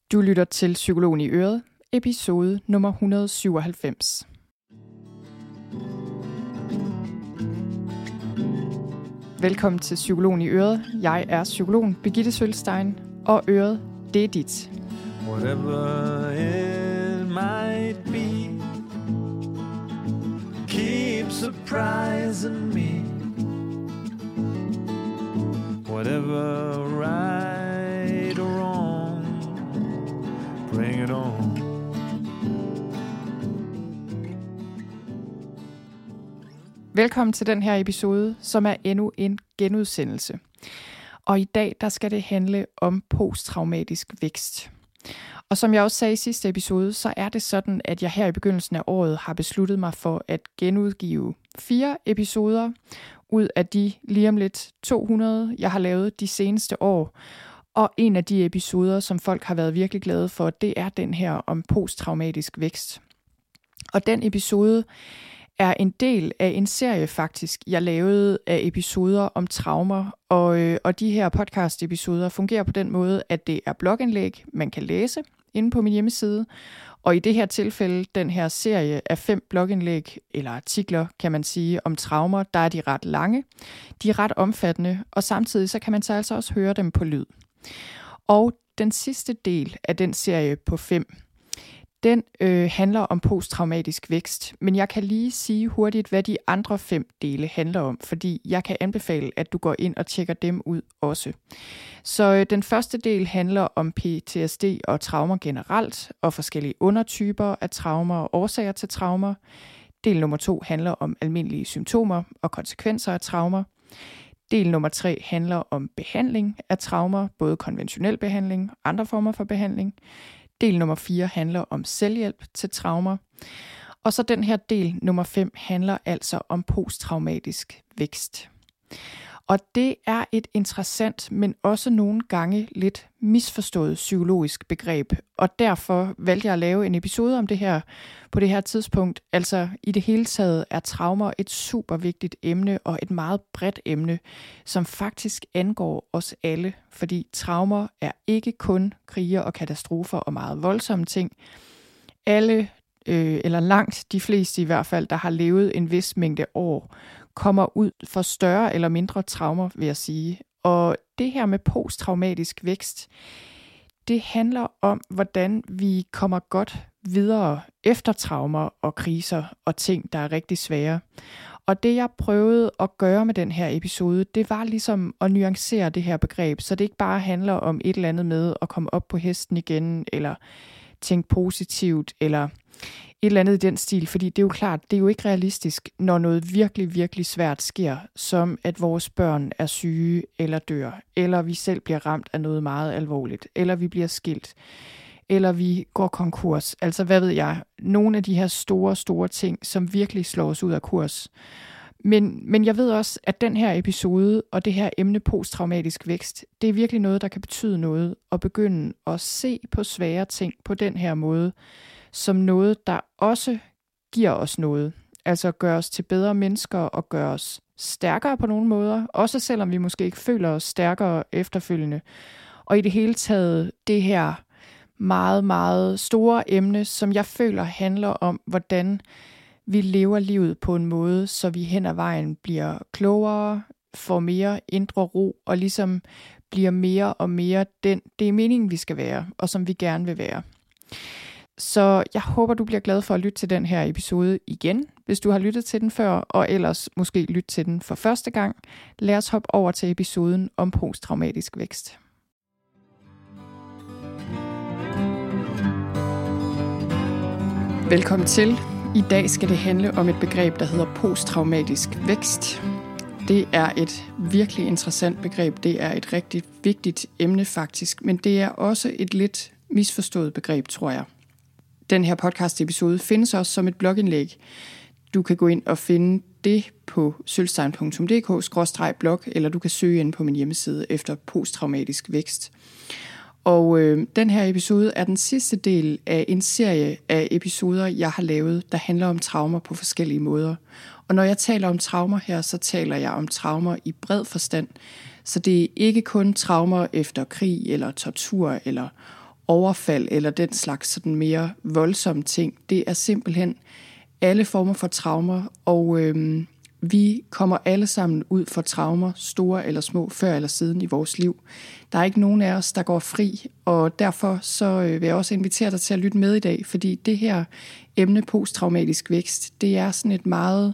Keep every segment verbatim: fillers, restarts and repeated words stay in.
Du lytter til Psykologen i Øret, episode nummer et hundrede og syvoghalvfems. Velkommen til Psykologen i Øret. Jeg er psykologen Birgitte Sølstein, og Øret, det er dit. Whatever it might be, keep surprising me. Whatever right or wrong, bring it on. Velkommen til den her episode, som er endnu en genudsendelse. Og i dag der skal det handle om posttraumatisk vækst. Og som jeg også sagde i sidste episode, så er det sådan, at jeg her i begyndelsen af året har besluttet mig for at genudgive fire episoder ud af de lige om lidt to hundrede, jeg har lavet de seneste år. Og en af de episoder, som folk har været virkelig glade for, det er den her om posttraumatisk vækst. Og den episode er en del af en serie faktisk, jeg lavede af episoder om traumer. Og, øh, og de her podcast-episoder fungerer på den måde, at det er blogindlæg, man kan læse inde på min hjemmeside. Og i det her tilfælde, den her serie af fem blogindlæg, eller artikler, kan man sige, om traumer, der er de ret lange. De er ret omfattende, og samtidig så kan man så altså også høre dem på lyd. Og den sidste del af den serie på fem, den øh, handler om posttraumatisk vækst, men jeg kan lige sige hurtigt, hvad de andre fem dele handler om, fordi jeg kan anbefale, at du går ind og tjekker dem ud også. Så øh, den første del handler om P T S D og traumer generelt, og forskellige undertyper af traumer og årsager til traumer. Del nummer to handler om almindelige symptomer og konsekvenser af traumer. Del nummer tre handler om behandling af traumer, både konventionel behandling og andre former for behandling. Del nummer fire handler om selvhjælp til traumer. Og så den her del nummer fem handler altså om posttraumatisk vækst. Og det er et interessant, men også nogle gange lidt misforstået psykologisk begreb. Og derfor valgte jeg at lave en episode om det her på det her tidspunkt. Altså i det hele taget er traumer et super vigtigt emne og et meget bredt emne, som faktisk angår os alle. Fordi traumer er ikke kun kriger og katastrofer og meget voldsomme ting. Alle, øh, eller langt de fleste i hvert fald, der har levet en vis mængde år, kommer ud for større eller mindre traumer, vil jeg sige. Og det her med posttraumatisk vækst, det handler om, hvordan vi kommer godt videre efter traumer og kriser og ting, der er rigtig svære. Og det, jeg prøvede at gøre med den her episode, det var ligesom at nuancere det her begreb, så det ikke bare handler om et eller andet med at komme op på hesten igen, eller tænke positivt, eller et eller andet i den stil, fordi det er jo klart, det er jo ikke realistisk, når noget virkelig, virkelig svært sker, som at vores børn er syge eller dør, eller vi selv bliver ramt af noget meget alvorligt, eller vi bliver skilt, eller vi går konkurs. Altså, hvad ved jeg, nogle af de her store, store ting, som virkelig slår os ud af kurs. Men, men jeg ved også, at den her episode og det her emne posttraumatisk vækst, det er virkelig noget, der kan betyde noget, at begynde at se på svære ting på den her måde, som noget, der også giver os noget. Altså gør os til bedre mennesker og gør os stærkere på nogle måder. Også selvom vi måske ikke føler os stærkere efterfølgende. Og i det hele taget det her meget, meget store emne, som jeg føler handler om, hvordan vi lever livet på en måde, så vi hen ad vejen bliver klogere, får mere indre ro og ligesom bliver mere og mere den, det er meningen, vi skal være, og som vi gerne vil være. Så jeg håber, du bliver glad for at lytte til den her episode igen, hvis du har lyttet til den før, og ellers måske lytte til den for første gang. Lad os hoppe over til episoden om posttraumatisk vækst. Velkommen til. I dag skal det handle om et begreb, der hedder posttraumatisk vækst. Det er et virkelig interessant begreb. Det er et rigtig vigtigt emne faktisk, men det er også et lidt misforstået begreb, tror jeg. Den her podcast-episode findes også som et blogindlæg. Du kan gå ind og finde det på sølstein punktum d k skråstreg blog, eller du kan søge ind på min hjemmeside efter posttraumatisk vækst. Og øh, den her episode er den sidste del af en serie af episoder, jeg har lavet, der handler om traumer på forskellige måder. Og når jeg taler om traumer her, så taler jeg om traumer i bred forstand. Så det er ikke kun traumer efter krig eller tortur eller overfald eller den slags sådan mere voldsomme ting. Det er simpelthen alle former for traumer, og øhm, vi kommer alle sammen ud for traumer, store eller små, før eller siden i vores liv. Der er ikke nogen af os, der går fri, og derfor så vil jeg også invitere dig til at lytte med i dag, fordi det her emne posttraumatisk vækst, det er sådan et meget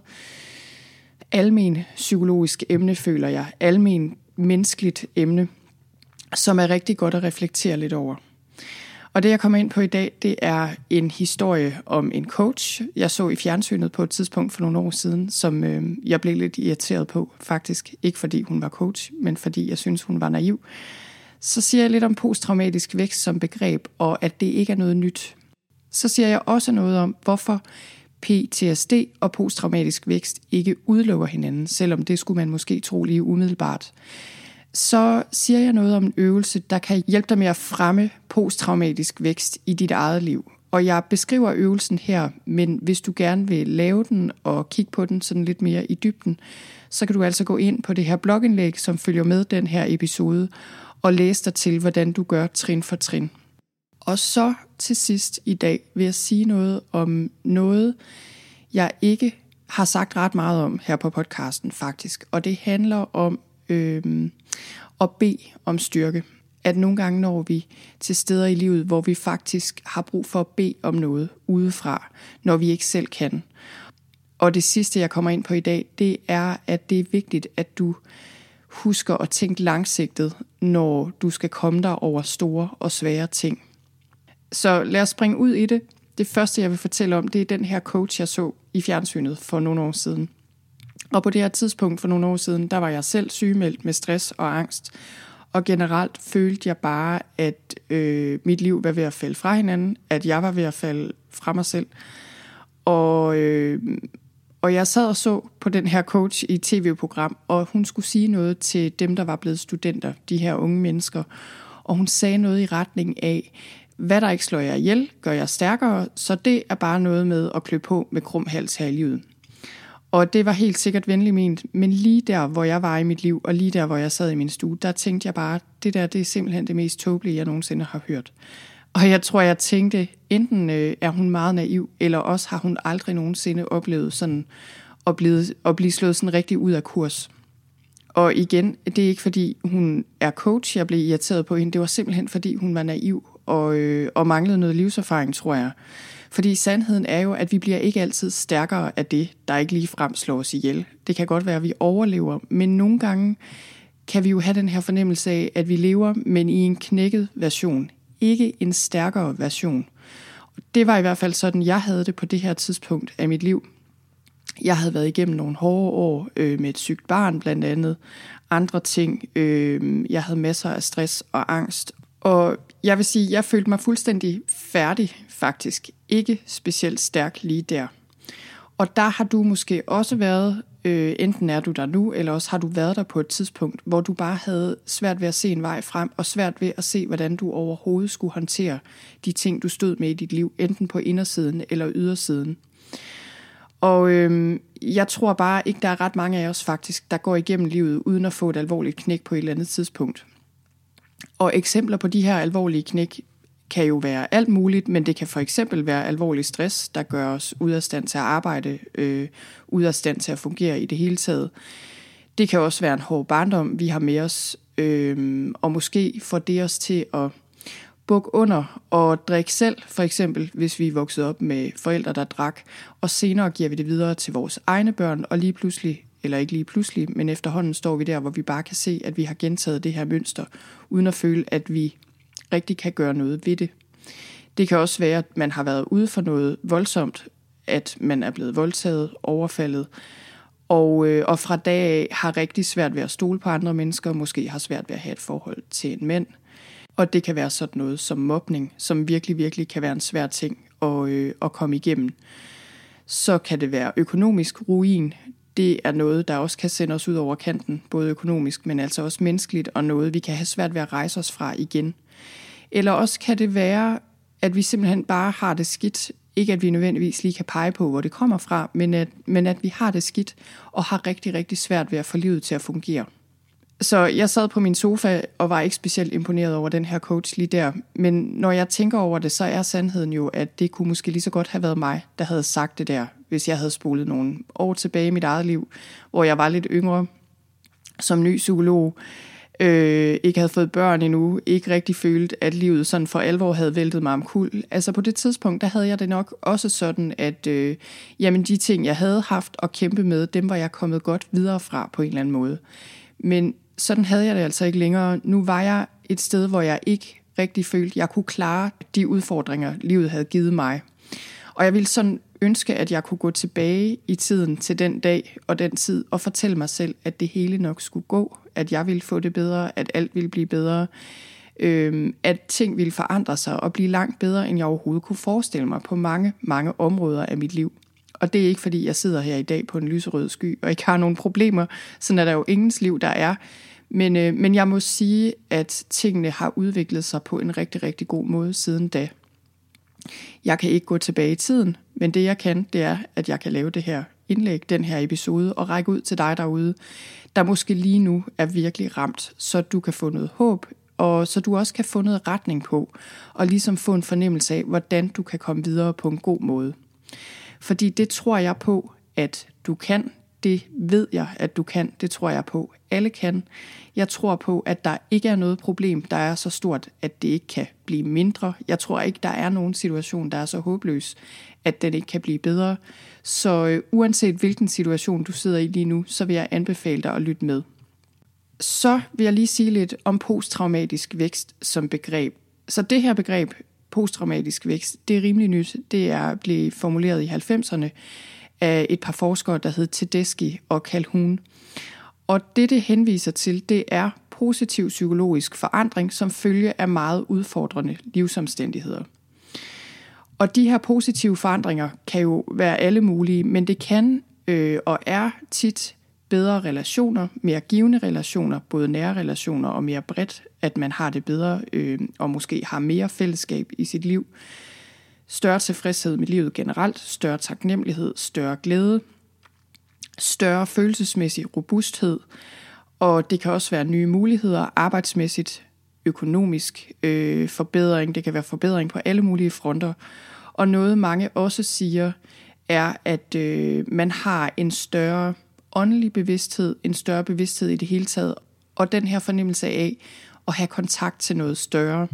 almen psykologisk emne, føler jeg. Almen menneskeligt emne, som er rigtig godt at reflektere lidt over. Og det, jeg kommer ind på i dag, det er en historie om en coach, jeg så i fjernsynet på et tidspunkt for nogle år siden, som øh, jeg blev lidt irriteret på, faktisk. Ikke fordi hun var coach, men fordi jeg synes hun var naiv. Så siger jeg lidt om posttraumatisk vækst som begreb, og at det ikke er noget nyt. Så siger jeg også noget om, hvorfor P T S D og posttraumatisk vækst ikke udelukker hinanden, selvom det skulle man måske tro lige umiddelbart. Så siger jeg noget om en øvelse, der kan hjælpe dig med at fremme posttraumatisk vækst i dit eget liv. Og jeg beskriver øvelsen her, men hvis du gerne vil lave den og kigge på den sådan lidt mere i dybden, så kan du altså gå ind på det her blogindlæg, som følger med den her episode, og læse dig til, hvordan du gør trin for trin. Og så til sidst i dag vil jeg sige noget om noget, jeg ikke har sagt ret meget om her på podcasten faktisk. Og det handler om øh, at bede om styrke. At nogle gange når vi til steder i livet, hvor vi faktisk har brug for at bede om noget udefra, når vi ikke selv kan. Og det sidste, jeg kommer ind på i dag, det er, at det er vigtigt, at du husker at tænke langsigtet, når du skal komme dig over store og svære ting. Så lad os springe ud i det. Det første, jeg vil fortælle om, det er den her coach, jeg så i fjernsynet for nogle år siden. Og på det her tidspunkt for nogle år siden, der var jeg selv sygemeldt med stress og angst. Og generelt følte jeg bare, at øh, mit liv var ved at falde fra hinanden, at jeg var ved at falde fra mig selv. Og, øh, og jeg sad og så på den her coach i et tv-program, og hun skulle sige noget til dem, der var blevet studenter, de her unge mennesker. Og hun sagde noget i retning af, hvad der ikke slår jer ihjel, gør jer stærkere, så det er bare noget med at klø på med krum hals her i livet. Og det var helt sikkert venligt ment, men lige der, hvor jeg var i mit liv, og lige der, hvor jeg sad i min stue, der tænkte jeg bare, det der, det er simpelthen det mest tåbelige, jeg nogensinde har hørt. Og jeg tror, jeg tænkte, enten øh, er hun meget naiv, eller også har hun aldrig nogensinde oplevet sådan at blive, at blive slået sådan rigtig ud af kurs. Og igen, det er ikke fordi hun er coach, jeg blev irriteret på hende, det var simpelthen fordi hun var naiv og, øh, og manglede noget livserfaring, tror jeg. Fordi sandheden er jo, at vi bliver ikke altid stærkere af det, der ikke ligefrem slår os ihjel. Det kan godt være, at vi overlever, men nogle gange kan vi jo have den her fornemmelse af, at vi lever, men i en knækket version. Ikke en stærkere version. Det var i hvert fald sådan, jeg havde det på det her tidspunkt af mit liv. Jeg havde været igennem nogle hårde år øh, med et sygt barn blandt andet. Andre ting. Øh, jeg havde masser af stress og angst. Og jeg vil sige, jeg følte mig fuldstændig færdig faktisk. Ikke specielt stærk lige der. Og der har du måske også været, øh, enten er du der nu, eller også har du været der på et tidspunkt, hvor du bare havde svært ved at se en vej frem, og svært ved at se, hvordan du overhovedet skulle håndtere de ting, du stod med i dit liv, enten på indersiden eller ydersiden. Og øh, jeg tror bare ikke, der er ret mange af os faktisk, der går igennem livet, uden at få et alvorligt knæk på et eller andet tidspunkt. Og eksempler på de her alvorlige knæk kan jo være alt muligt, men det kan for eksempel være alvorlig stress, der gør os ude af stand til at arbejde, øh, ude af stand til at fungere i det hele taget. Det kan også være en hård barndom, vi har med os, øh, og måske får det os til at bukke under og drikke selv, for eksempel hvis vi er vokset op med forældre, der drak, og senere giver vi det videre til vores egne børn, og lige pludselig, eller ikke lige pludselig, men efterhånden står vi der, hvor vi bare kan se, at vi har gentaget det her mønster, uden at føle, at vi rigtig kan gøre noget ved det. Det kan også være, at man har været ude for noget voldsomt, at man er blevet voldtaget, overfaldet, og, øh, og fra dag af har rigtig svært ved at stole på andre mennesker, måske har svært ved at have et forhold til en mand. Og det kan være sådan noget som mobning, som virkelig, virkelig kan være en svær ting at, øh, at komme igennem. Så kan det være økonomisk ruin. Det er noget, der også kan sende os ud over kanten, både økonomisk, men altså også menneskeligt, og noget, vi kan have svært ved at rejse os fra igen. Eller også kan det være, at vi simpelthen bare har det skidt. Ikke at vi nødvendigvis lige kan pege på, hvor det kommer fra, men at, men at vi har det skidt, og har rigtig, rigtig svært ved at få livet til at fungere. Så jeg sad på min sofa og var ikke specielt imponeret over den her coach lige der. Men når jeg tænker over det, så er sandheden jo, at det kunne måske lige så godt have været mig, der havde sagt det der, hvis jeg havde spolet nogle år tilbage i mit eget liv, hvor jeg var lidt yngre som ny psykolog, øh, ikke havde fået børn endnu, ikke rigtig følt, at livet sådan for alvor havde væltet mig omkuld. Altså på det tidspunkt, der havde jeg det nok også sådan, at øh, jamen de ting, jeg havde haft at kæmpe med, dem var jeg kommet godt videre fra på en eller anden måde. Men sådan havde jeg det altså ikke længere. Nu var jeg et sted, hvor jeg ikke rigtig følte, at jeg kunne klare de udfordringer, livet havde givet mig. Og jeg ville sådan ønske, at jeg kunne gå tilbage i tiden til den dag og den tid og fortælle mig selv, at det hele nok skulle gå, at jeg ville få det bedre, at alt ville blive bedre, øh, at ting ville forandre sig og blive langt bedre, end jeg overhovedet kunne forestille mig på mange, mange områder af mit liv. Og det er ikke, fordi jeg sidder her i dag på en lyserød sky og ikke har nogen problemer. Sådan er der jo ingens liv, der er. Men, øh, men jeg må sige, at tingene har udviklet sig på en rigtig, rigtig god måde siden da. Jeg kan ikke gå tilbage i tiden, men det jeg kan, det er, at jeg kan lave det her indlæg, den her episode, og række ud til dig derude, der måske lige nu er virkelig ramt, så du kan få noget håb, og så du også kan få noget retning på, og ligesom få en fornemmelse af, hvordan du kan komme videre på en god måde. Fordi det tror jeg på, at du kan. Det ved jeg, at du kan. Det tror jeg på. Alle kan. Jeg tror på, at der ikke er noget problem, der er så stort, at det ikke kan blive mindre. Jeg tror ikke, der er nogen situation, der er så håbløs, at den ikke kan blive bedre. Så øh, uanset hvilken situation du sidder i lige nu, så vil jeg anbefale dig at lytte med. Så vil jeg lige sige lidt om posttraumatisk vækst som begreb. Så det her begreb, posttraumatisk vækst, det er rimelig nyt. Det er blevet formuleret i halvfemserne af et par forskere, der hed Tedeschi og Calhoun. Og det, det henviser til, det er positiv psykologisk forandring, som følge af meget udfordrende livsomstændigheder. Og de her positive forandringer kan jo være alle mulige, men det kan øh, og er tit bedre relationer, mere givende relationer, både nære relationer og mere bredt, at man har det bedre øh, og måske har mere fællesskab i sit liv. Større tilfredshed med livet generelt, større taknemmelighed, større glæde, større følelsesmæssig robusthed, og det kan også være nye muligheder arbejdsmæssigt, økonomisk øh, forbedring, det kan være forbedring på alle mulige fronter. Og noget mange også siger, er, at øh, man har en større åndelig bevidsthed, en større bevidsthed i det hele taget, og den her fornemmelse af at have kontakt til noget større.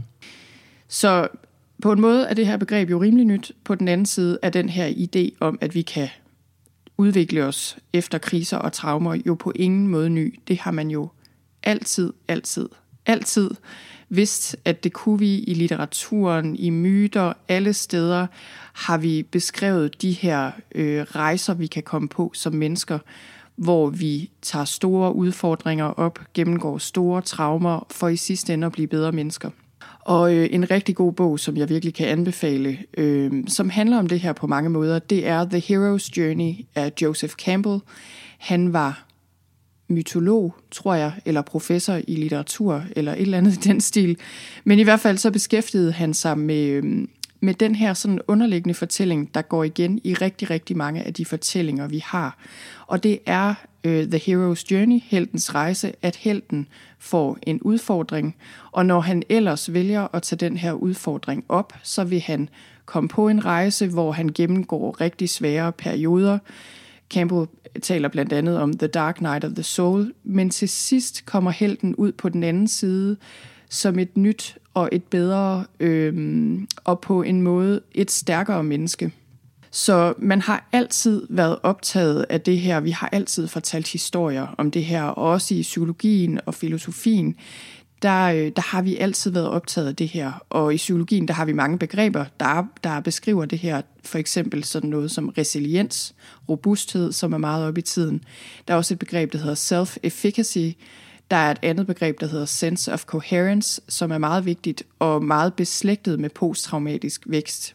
Så på en måde er det her begreb jo rimelig nyt. På den anden side er den her idé om, at vi kan udvikle os efter kriser og traumer, jo på ingen måde ny. Det har man jo altid, altid, altid vidst, at det kunne vi i litteraturen, i myter, alle steder har vi beskrevet de her øh, rejser, vi kan komme på som mennesker, hvor vi tager store udfordringer op, gennemgår store traumer, for i sidste ende at blive bedre mennesker. Og øh, en rigtig god bog, som jeg virkelig kan anbefale, øh, som handler om det her på mange måder, det er The Hero's Journey af Joseph Campbell. Han var mytolog, tror jeg, eller professor i litteratur, eller et eller andet i den stil. Men i hvert fald så beskæftigede han sig med, øh, med den her sådan underliggende fortælling, der går igen i rigtig, rigtig mange af de fortællinger, vi har. Og det er øh, The Hero's Journey, heltens rejse, at helten får en udfordring, og når han ellers vælger at tage den her udfordring op, så vil han komme på en rejse, hvor han gennemgår rigtig svære perioder. Campbell taler blandt andet om The Dark Night of the Soul, men til sidst kommer helten ud på den anden side som et nyt og et bedre, øh, og på en måde et stærkere menneske. Så man har altid været optaget af det her. Vi har altid fortalt historier om det her, og også i psykologien og filosofien, der, der har vi altid været optaget af det her. Og i psykologien, der har vi mange begreber, der, der beskriver det her. For eksempel sådan noget som resiliens, robusthed, som er meget op i tiden. Der er også et begreb, der hedder self-efficacy. Der er et andet begreb, der hedder sense of coherence, som er meget vigtigt og meget beslægtet med posttraumatisk vækst.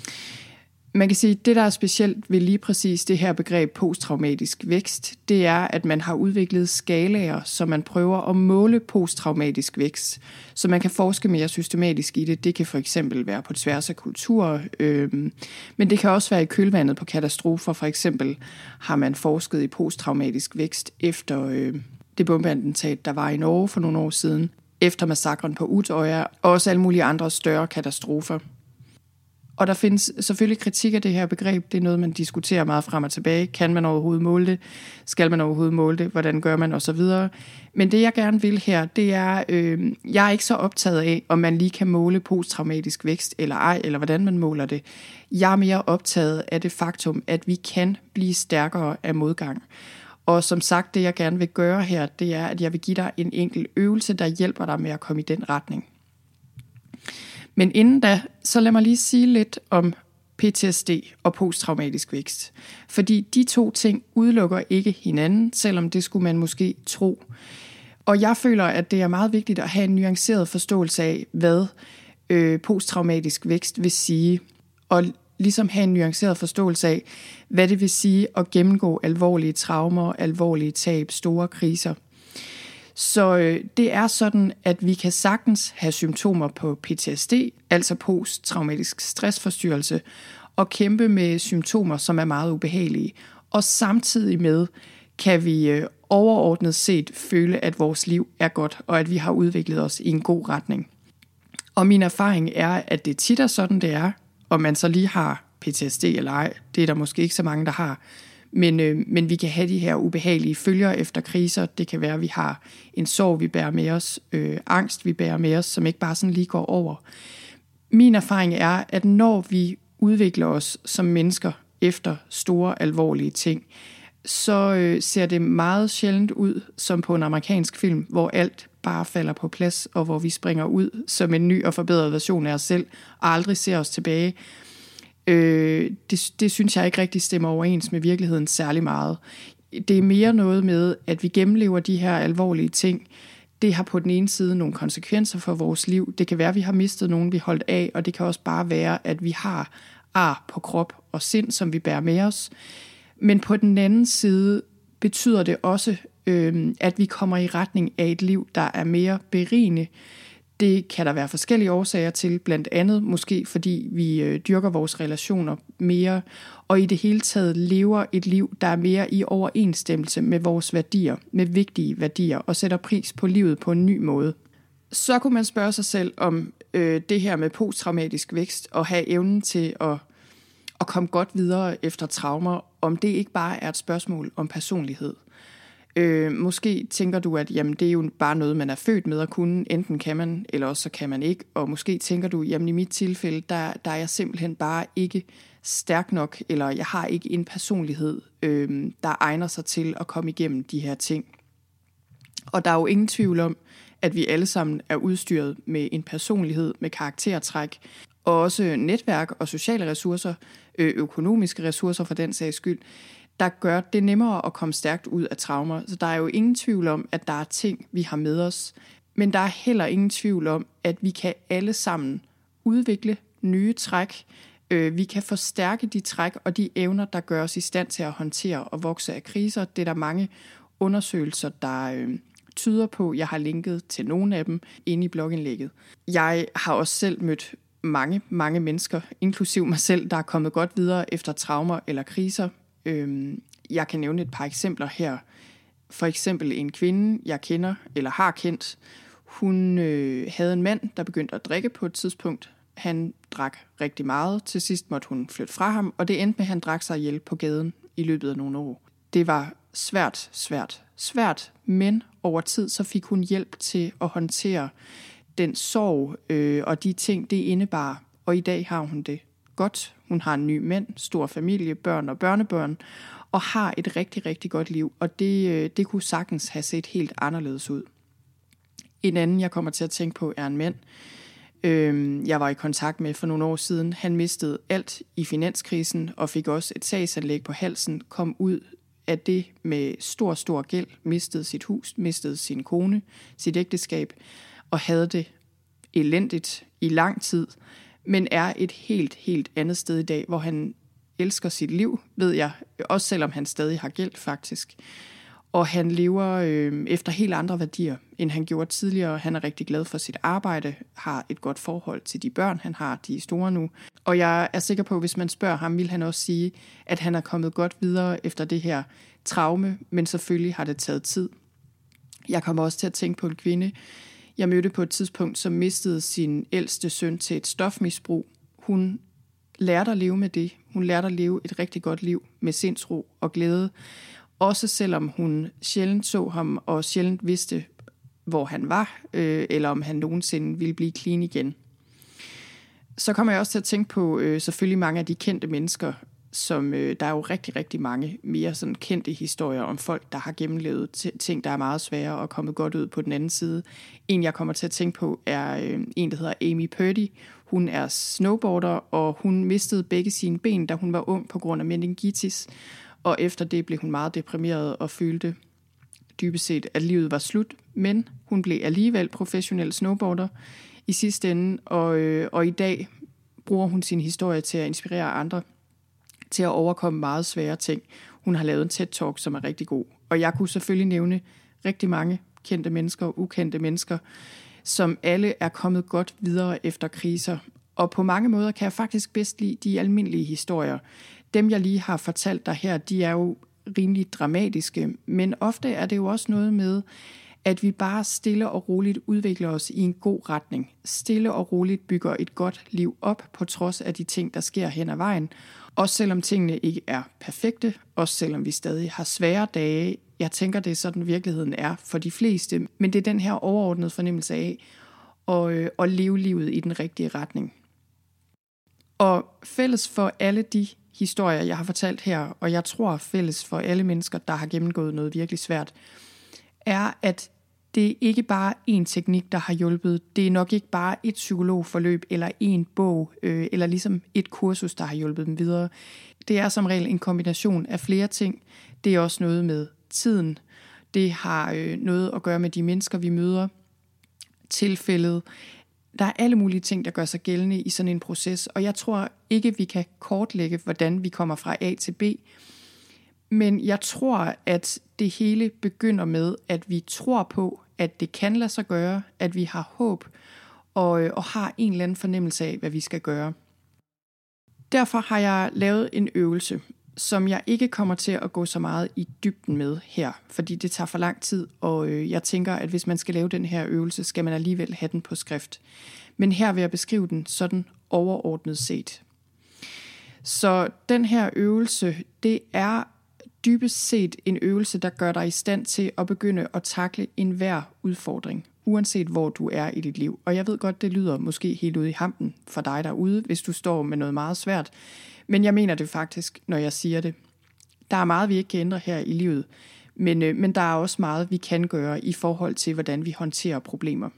Man kan sige, at det, der er specielt ved lige præcis det her begreb posttraumatisk vækst, det er, at man har udviklet skalaer, så man prøver at måle posttraumatisk vækst, så man kan forske mere systematisk i det. Det kan for eksempel være på tværs af kulturer, øh, men det kan også være i kølvandet på katastrofer. For eksempel har man forsket i posttraumatisk vækst efter øh, det bombeattentat, der var i Norge for nogle år siden, efter massakren på Utøya, og også alle mulige andre større katastrofer. Og der findes selvfølgelig kritik af det her begreb. Det er noget, man diskuterer meget frem og tilbage. Kan man overhovedet måle det? Skal man overhovedet måle det? Hvordan gør man? Og så videre. Men det, jeg gerne vil her, det er, øh, jeg er ikke så optaget af, om man lige kan måle posttraumatisk vækst eller ej, eller hvordan man måler det. Jeg er mere optaget af det faktum, at vi kan blive stærkere af modgang. Og som sagt, det jeg gerne vil gøre her, det er, at jeg vil give dig en enkelt øvelse, der hjælper dig med at komme i den retning. Men inden da, så lad mig lige sige lidt om P T S D og posttraumatisk vækst. Fordi de to ting udelukker ikke hinanden, selvom det skulle man måske tro. Og jeg føler, at det er meget vigtigt at have en nuanceret forståelse af, hvad øh, posttraumatisk vækst vil sige. Og ligesom have en nuanceret forståelse af, hvad det vil sige at gennemgå alvorlige traumer, alvorlige tab, store kriser. Så øh, det er sådan, at vi kan sagtens have symptomer på P T S D, altså posttraumatisk stressforstyrrelse, og kæmpe med symptomer, som er meget ubehagelige. Og samtidig med kan vi øh, overordnet set føle, at vores liv er godt, og at vi har udviklet os i en god retning. Og min erfaring er, at det tit er sådan, det er, om man så lige har P T S D eller ej. Det er der måske ikke så mange, der har. Men, øh, men vi kan have de her ubehagelige følger efter kriser. Det kan være, at vi har en sorg, vi bærer med os, øh, angst, vi bærer med os, som ikke bare sådan lige går over. Min erfaring er, at når vi udvikler os som mennesker efter store, alvorlige ting, så øh, ser det meget sjældent ud, som på en amerikansk film, hvor alt bare falder på plads, og hvor vi springer ud som en ny og forbedret version af os selv, og aldrig ser os tilbage. Øh, det, det synes jeg ikke rigtig stemmer overens med virkeligheden særlig meget. Det er mere noget med, at vi gennemlever de her alvorlige ting. Det har på den ene side nogle konsekvenser for vores liv. Det kan være, at vi har mistet nogen, vi holdt af, og det kan også bare være, at vi har ar på krop og sind, som vi bærer med os. Men på den anden side betyder det også, øh, at vi kommer i retning af et liv, der er mere berigende. Det kan der være forskellige årsager til, blandt andet måske fordi vi øh, dyrker vores relationer mere, og i det hele taget lever et liv, der er mere i overensstemmelse med vores værdier, med vigtige værdier, og sætter pris på livet på en ny måde. Så kunne man spørge sig selv om øh, det her med posttraumatisk vækst, og have evnen til at, at komme godt videre efter traumer, om det ikke bare er et spørgsmål om personlighed. Øh, måske tænker du, at jamen, det er jo bare noget, man er født med at kunne. Enten kan man, eller også så kan man ikke. Og måske tænker du, jamen i mit tilfælde, der, der er jeg simpelthen bare ikke stærk nok, eller jeg har ikke en personlighed, øh, der egner sig til at komme igennem de her ting. Og der er jo ingen tvivl om, at vi alle sammen er udstyret med en personlighed, med karaktertræk, og også netværk og sociale ressourcer, øh, økonomiske ressourcer for den sags skyld, der gør det nemmere at komme stærkt ud af traumer. Så der er jo ingen tvivl om, at der er ting, vi har med os. Men der er heller ingen tvivl om, at vi kan alle sammen udvikle nye træk. Vi kan forstærke de træk og de evner, der gør os i stand til at håndtere og vokse af kriser. Det er der mange undersøgelser, der tyder på. Jeg har linket til nogle af dem inde i blogindlægget. Jeg har også selv mødt mange, mange mennesker, inklusiv mig selv, der er kommet godt videre efter traumer eller kriser. Jeg kan nævne et par eksempler her. For eksempel en kvinde, jeg kender eller har kendt. Hun øh, havde en mand, der begyndte at drikke på et tidspunkt. Han drak rigtig meget. Til sidst måtte hun flytte fra ham, og det endte med, at han drak sig ihjel på gaden i løbet af nogle år. Det var svært, svært, svært, men over tid så fik hun hjælp til at håndtere den sorg øh, og de ting, det indebar. Og i dag har hun det godt. Hun har en ny mand, stor familie, børn og børnebørn, og har et rigtig, rigtig godt liv. Og det, det kunne sagtens have set helt anderledes ud. En anden, jeg kommer til at tænke på, er en mand, øh, jeg var i kontakt med for nogle år siden. Han mistede alt i finanskrisen og fik også et sagsanlæg på halsen, kom ud af det med stor, stor gæld, mistede sit hus, mistede sin kone, sit ægteskab, og havde det elendigt i lang tid, men er et helt, helt andet sted i dag, hvor han elsker sit liv, ved jeg, også selvom han stadig har gæld faktisk. Og han lever øh, efter helt andre værdier, end han gjorde tidligere. Han er rigtig glad for sit arbejde, har et godt forhold til de børn, han har, de er store nu. Og jeg er sikker på, at hvis man spørger ham, vil han også sige, at han er kommet godt videre efter det her traume, men selvfølgelig har det taget tid. Jeg kommer også til at tænke på en kvinde, jeg mødte på et tidspunkt, som mistede sin ældste søn til et stofmisbrug. Hun lærte at leve med det. Hun lærte at leve et rigtig godt liv med sindsro og glæde. Også selvom hun sjældent så ham og sjældent vidste, hvor han var, øh, eller om han nogensinde ville blive clean igen. Så kommer jeg også til at tænke på øh, selvfølgelig mange af de kendte mennesker, som øh, der er jo rigtig, rigtig mange mere sådan kendte historier om folk, der har gennemlevet t- ting, der er meget svære og kommet godt ud på den anden side. En, jeg kommer til at tænke på, er øh, en, der hedder Amy Purdy. Hun er snowboarder, og hun mistede begge sine ben, da hun var ung på grund af meningitis. Og efter det blev hun meget deprimeret og følte dybest set, at livet var slut. Men hun blev alligevel professionel snowboarder i sidste ende, og, øh, og i dag bruger hun sin historie til at inspirere andre til at overkomme meget svære ting. Hun har lavet en TED-talk, som er rigtig god. Og jeg kunne selvfølgelig nævne rigtig mange kendte mennesker og ukendte mennesker, som alle er kommet godt videre efter kriser. Og på mange måder kan jeg faktisk bedst lide de almindelige historier. Dem, jeg lige har fortalt dig her, de er jo rimelig dramatiske, men ofte er det jo også noget med, at vi bare stille og roligt udvikler os i en god retning. Stille og roligt bygger et godt liv op, på trods af de ting, der sker hen ad vejen. Også selvom tingene ikke er perfekte, også selvom vi stadig har svære dage. Jeg tænker, det er sådan virkeligheden er for de fleste, men det er den her overordnede fornemmelse af at, øh, at leve livet i den rigtige retning. Og fælles for alle de historier, jeg har fortalt her, og jeg tror fælles for alle mennesker, der har gennemgået noget virkelig svært, er, at det er ikke bare én teknik, der har hjulpet. Det er nok ikke bare et psykologforløb, eller en bog, øh, eller ligesom et kursus, der har hjulpet dem videre. Det er som regel en kombination af flere ting. Det er også noget med tiden. Det har øh, noget at gøre med de mennesker, vi møder. Tilfældet. Der er alle mulige ting, der gør sig gældende i sådan en proces, og jeg tror ikke, vi kan kortlægge, hvordan vi kommer fra A til B. Men jeg tror, at det hele begynder med, at vi tror på, at det kan lade sig gøre, at vi har håb og, og har en eller anden fornemmelse af, hvad vi skal gøre. Derfor har jeg lavet en øvelse, som jeg ikke kommer til at gå så meget i dybden med her, fordi det tager for lang tid, og øh, jeg tænker, at hvis man skal lave den her øvelse, skal man alligevel have den på skrift. Men her vil jeg beskrive den sådan overordnet set. Så den her øvelse, det er dybest set en øvelse, der gør dig i stand til at begynde at takle enhver udfordring, uanset hvor du er i dit liv. Og jeg ved godt, det lyder måske helt ude i hampen for dig derude, hvis du står med noget meget svært. Men jeg mener det faktisk, når jeg siger det. Der er meget, vi ikke kan ændre her i livet, men, øh, men der er også meget, vi kan gøre i forhold til, hvordan vi håndterer problemer.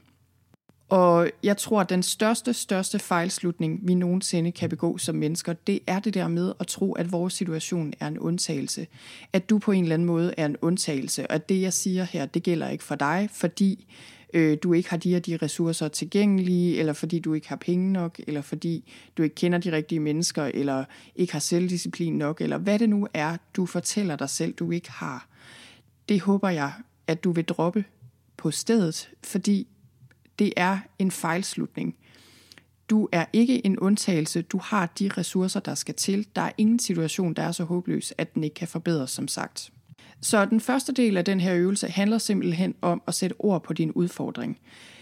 Og jeg tror, at den største, største fejlslutning, vi nogensinde kan begå som mennesker, det er det der med at tro, at vores situation er en undtagelse. At du på en eller anden måde er en undtagelse, og at det, jeg siger her, det gælder ikke for dig, fordi øh, du ikke har de her de ressourcer tilgængelige, eller fordi du ikke har penge nok, eller fordi du ikke kender de rigtige mennesker, eller ikke har selvdisciplin nok, eller hvad det nu er, du fortæller dig selv, du ikke har. Det håber jeg, at du vil droppe på stedet, fordi det er en fejlslutning. Du er ikke en undtagelse. Du har de ressourcer, der skal til. Der er ingen situation, der er så håbløs, at den ikke kan forbedres, som sagt. Så den første del af den her øvelse handler simpelthen om at sætte ord på din udfordring.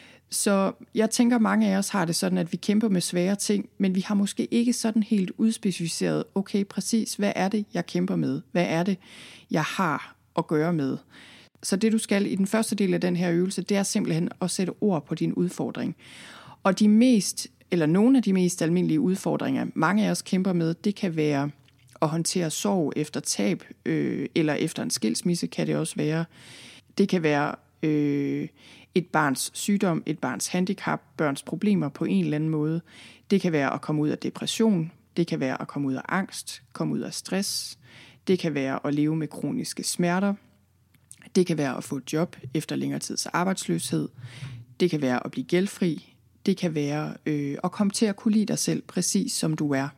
Så jeg tænker, mange af os har det sådan, at vi kæmper med svære ting, men vi har måske ikke sådan helt udspecificeret, okay, præcis, hvad er det, jeg kæmper med? Hvad er det, jeg har at gøre med? Så det, du skal i den første del af den her øvelse, det er simpelthen at sætte ord på din udfordring. Og de mest, eller nogle af de mest almindelige udfordringer, mange af os kæmper med, det kan være at håndtere sorg efter tab, øh, eller efter en skilsmisse kan det også være. Det kan være øh, et barns sygdom, et barns handicap, børns problemer på en eller anden måde. Det kan være at komme ud af depression, det kan være at komme ud af angst, komme ud af stress. Det kan være at leve med kroniske smerter. Det kan være at få et job efter længere tids arbejdsløshed. Det kan være at blive gældfri. Det kan være øh, at komme til at kunne lide dig selv, præcis som du er.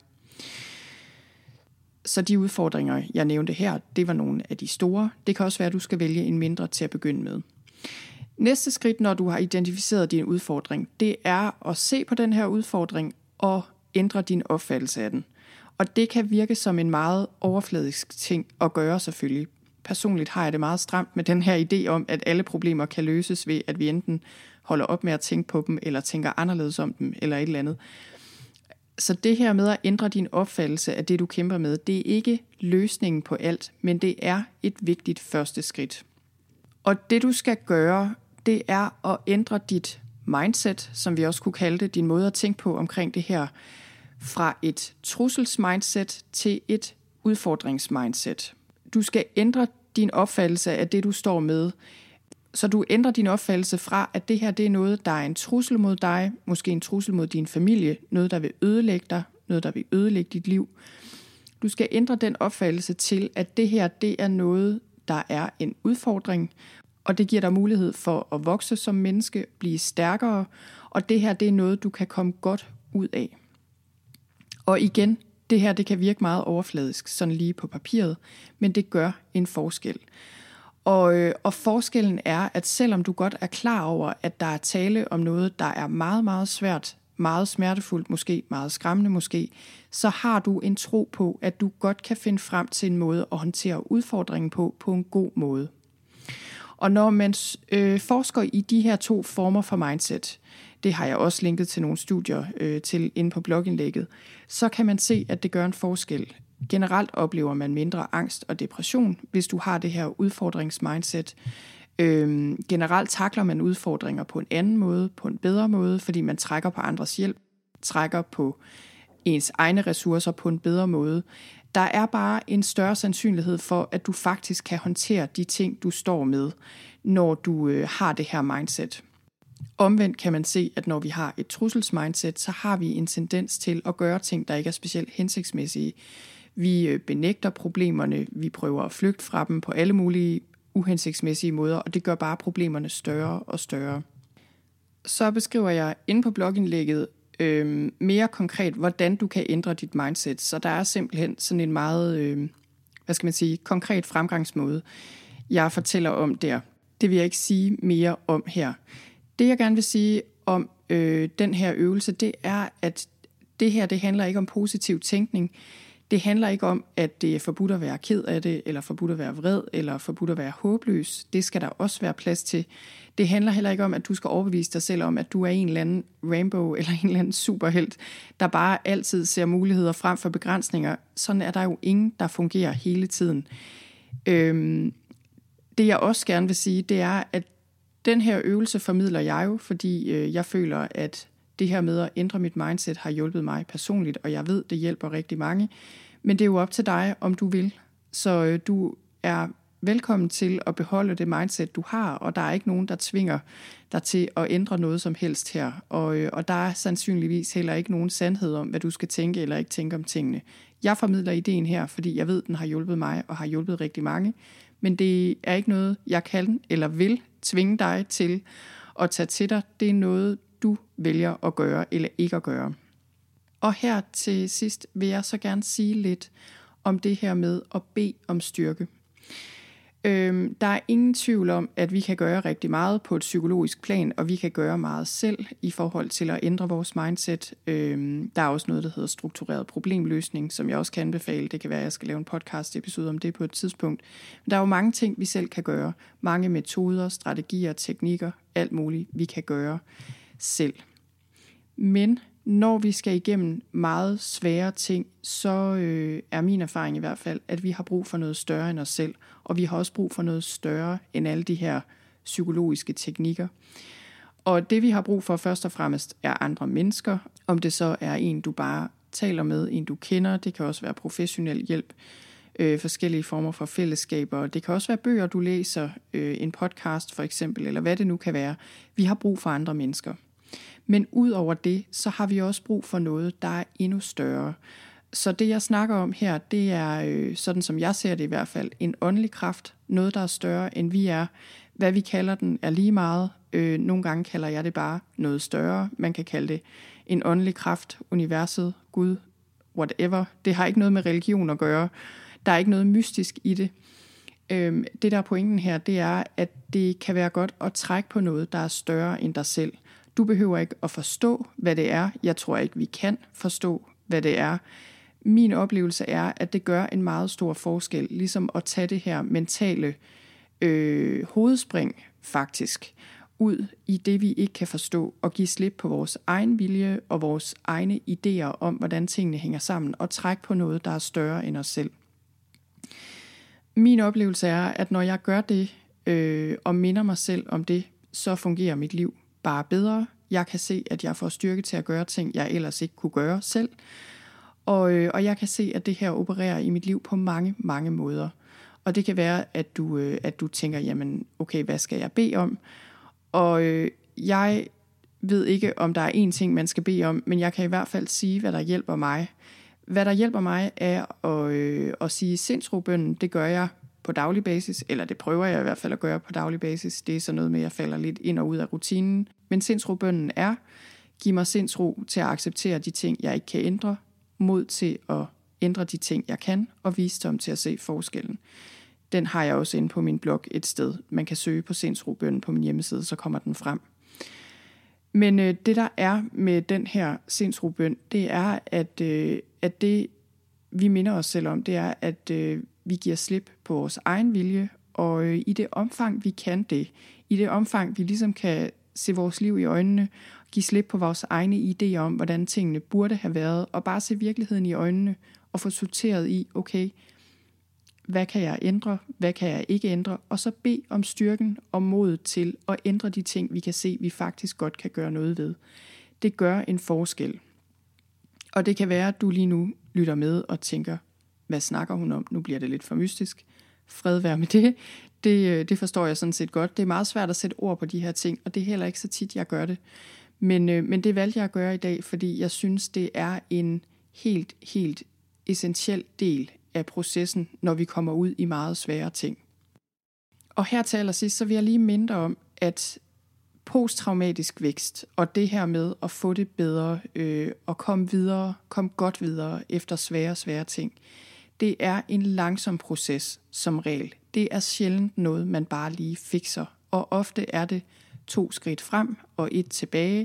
Så de udfordringer, jeg nævnte her, det var nogle af de store. Det kan også være, at du skal vælge en mindre til at begynde med. Næste skridt, når du har identificeret din udfordring, det er at se på den her udfordring og ændre din opfattelse af den. Og det kan virke som en meget overfladisk ting at gøre selvfølgelig. Personligt har jeg det meget stramt med den her idé om, at alle problemer kan løses ved, at vi enten holder op med at tænke på dem, eller tænker anderledes om dem, eller et eller andet. Så det her med at ændre din opfattelse af det, du kæmper med, det er ikke løsningen på alt, men det er et vigtigt første skridt. Og det du skal gøre, det er at ændre dit mindset, som vi også kunne kalde det, din måde at tænke på omkring det her, fra et trusselsmindset til et udfordringsmindset. Du skal ændre din opfattelse af det, du står med, så du ændrer din opfattelse fra, at det her det er noget, der er en trussel mod dig, måske en trussel mod din familie, noget, der vil ødelægge dig, noget, der vil ødelægge dit liv. Du skal ændre den opfattelse til, at det her det er noget, der er en udfordring, og det giver dig mulighed for at vokse som menneske, blive stærkere, og det her det er noget, du kan komme godt ud af. Og igen, det her det kan virke meget overfladisk, sådan lige på papiret, men det gør en forskel. Og, øh, og forskellen er, at selvom du godt er klar over, at der er tale om noget, der er meget, meget svært, meget smertefuldt måske, meget skræmmende måske, så har du en tro på, at du godt kan finde frem til en måde at håndtere udfordringen på, på en god måde. Og når man øh, forsker i de her to former for mindset, det har jeg også linket til nogle studier øh, til inde på blogindlægget, så kan man se, at det gør en forskel. Generelt oplever man mindre angst og depression, hvis du har det her udfordringsmindset. Øhm, generelt takler man udfordringer på en anden måde, på en bedre måde, fordi man trækker på andres hjælp, trækker på ens egne ressourcer på en bedre måde. Der er bare en større sandsynlighed for, at du faktisk kan håndtere de ting, du står med, når du øh, har det her mindset. Omvendt kan man se, at når vi har et trusselsmindset, så har vi en tendens til at gøre ting, der ikke er specielt hensigtsmæssige. Vi benægter problemerne, vi prøver at flygte fra dem på alle mulige uhensigtsmæssige måder, og det gør bare problemerne større og større. Så beskriver jeg inde på blogindlægget øh, mere konkret, hvordan du kan ændre dit mindset. Så der er simpelthen sådan en meget, øh, hvad skal man sige, konkret fremgangsmåde, jeg fortæller om der. Det vil jeg ikke sige mere om her. Det jeg gerne vil sige om øh, den her øvelse, det er, at det her det handler ikke om positiv tænkning. Det handler ikke om, at det er forbudt at være ked af det, eller forbudt at være vred, eller forbudt at være håbløs. Det skal der også være plads til. Det handler heller ikke om, at du skal overbevise dig selv om, at du er en eller anden rainbow, eller en eller anden superhelt, der bare altid ser muligheder frem for begrænsninger. Sådan er der jo ingen, der fungerer hele tiden. Øhm, det jeg også gerne vil sige, det er, at den her øvelse formidler jeg jo, fordi øh, jeg føler, at det her med at ændre mit mindset har hjulpet mig personligt, og jeg ved, det hjælper rigtig mange. Men det er jo op til dig, om du vil. Så øh, du er velkommen til at beholde det mindset, du har, og der er ikke nogen, der tvinger dig til at ændre noget som helst her. Og, øh, og der er sandsynligvis heller ikke nogen sandhed om, hvad du skal tænke eller ikke tænke om tingene. Jeg formidler ideen her, fordi jeg ved, den har hjulpet mig og har hjulpet rigtig mange. Men det er ikke noget, jeg kan eller vil tvinge dig til at tage til dig. Det er noget, du vælger at gøre eller ikke at gøre. Og her til sidst vil jeg så gerne sige lidt om det her med at bede om styrke. Øhm, der er ingen tvivl om, at vi kan gøre rigtig meget på et psykologisk plan, og vi kan gøre meget selv i forhold til at ændre vores mindset. Øhm, der er også noget, der hedder struktureret problemløsning, som jeg også kan anbefale. Det kan være, at jeg skal lave en podcast episode om det på et tidspunkt. Men der er jo mange ting, vi selv kan gøre. Mange metoder, strategier, teknikker, alt muligt, vi kan gøre selv. Men når vi skal igennem meget svære ting, så øh, er min erfaring i hvert fald, at vi har brug for noget større end os selv, og vi har også brug for noget større end alle de her psykologiske teknikker. Og det vi har brug for først og fremmest er andre mennesker, om det så er en du bare taler med, en du kender, det kan også være professionel hjælp, øh, forskellige former for fællesskaber, det kan også være bøger du læser, øh, en podcast for eksempel, eller hvad det nu kan være. Vi har brug for andre mennesker. Men ud over det, så har vi også brug for noget, der er endnu større. Så det jeg snakker om her, det er, øh, sådan som jeg ser det i hvert fald, en åndelig kraft. Noget, der er større end vi er. Hvad vi kalder den er lige meget. Øh, nogle gange kalder jeg det bare noget større. Man kan kalde det en åndelig kraft, universet, Gud, whatever. Det har ikke noget med religion at gøre. Der er ikke noget mystisk i det. Øh, det der er pointen her, det er, at det kan være godt at trække på noget, der er større end dig selv. Du behøver ikke at forstå, hvad det er. Jeg tror ikke, vi kan forstå, hvad det er. Min oplevelse er, at det gør en meget stor forskel, ligesom at tage det her mentale øh, hovedspring faktisk, ud i det, vi ikke kan forstå, og give slip på vores egen vilje og vores egne idéer om, hvordan tingene hænger sammen, og trække på noget, der er større end os selv. Min oplevelse er, at når jeg gør det, øh, og minder mig selv om det, så fungerer mit liv bare bedre. Jeg kan se, at jeg får styrke til at gøre ting, jeg ellers ikke kunne gøre selv. Og, øh, og jeg kan se, at det her opererer i mit liv på mange, mange måder. Og det kan være, at du, øh, at du tænker, jamen okay, hvad skal jeg bede om? Og øh, jeg ved ikke, om der er én ting, man skal bede om, men jeg kan i hvert fald sige, hvad der hjælper mig. Hvad der hjælper mig er at, øh, at sige sindsrobønnen, det gør jeg på daglig basis, eller det prøver jeg i hvert fald at gøre på daglig basis. Det er sådan noget med, at jeg falder lidt ind og ud af rutinen. Men sindsrobønnen er, giv mig sindsro til at acceptere de ting, jeg ikke kan ændre, mod til at ændre de ting, jeg kan, og visdom til at se forskellen. Den har jeg også inde på min blog et sted. Man kan søge på sindsrobønnen på min hjemmeside, så kommer den frem. Men øh, det der er med den her sindsrobøn, det er, at, øh, at det vi minder os selv om, det er, at øh, vi giver slip på vores egen vilje, og øh, i det omfang, vi kan det, i det omfang, vi ligesom kan se vores liv i øjnene, give slip på vores egne idéer om, hvordan tingene burde have været, og bare se virkeligheden i øjnene, og få sorteret i, okay, hvad kan jeg ændre, hvad kan jeg ikke ændre, og så bed om styrken og modet til at ændre de ting, vi kan se, vi faktisk godt kan gøre noget ved. Det gør en forskel. Og det kan være, at du lige nu lytter med og tænker, hvad snakker hun om? Nu bliver det lidt for mystisk. Fred være med det. det. Det forstår jeg sådan set godt. Det er meget svært at sætte ord på de her ting, og det er heller ikke så tit, jeg gør det. Men, men det valgte jeg at gøre i dag, fordi jeg synes, det er en helt, helt essentiel del af processen, når vi kommer ud i meget svære ting. Og her til allersidst, så vil jeg lige minde om, at posttraumatisk vækst, og det her med at få det bedre, øh, og komme videre, komme godt videre efter svære, svære ting, det er en langsom proces som regel. Det er sjældent noget, man bare lige fikser, og ofte er det to skridt frem og et tilbage.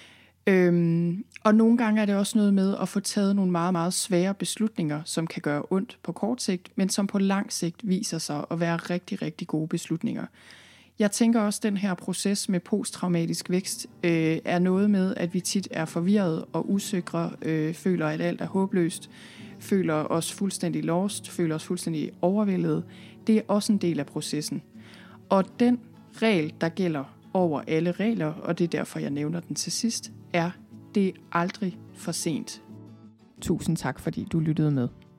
Øhm, og nogle gange er det også noget med at få taget nogle meget, meget svære beslutninger, som kan gøre ondt på kort sigt, men som på lang sigt viser sig at være rigtig, rigtig gode beslutninger. Jeg tænker også, at den her proces med posttraumatisk vækst øh, er noget med, at vi tit er forvirret og usikre, øh, føler, at alt er håbløst, føler os fuldstændig lost, føler os fuldstændig overvældet. Det er også en del af processen. Og den regel, der gælder over alle regler, og det er derfor, jeg nævner den til sidst, er, det er aldrig for sent. Tusind tak, fordi du lyttede med.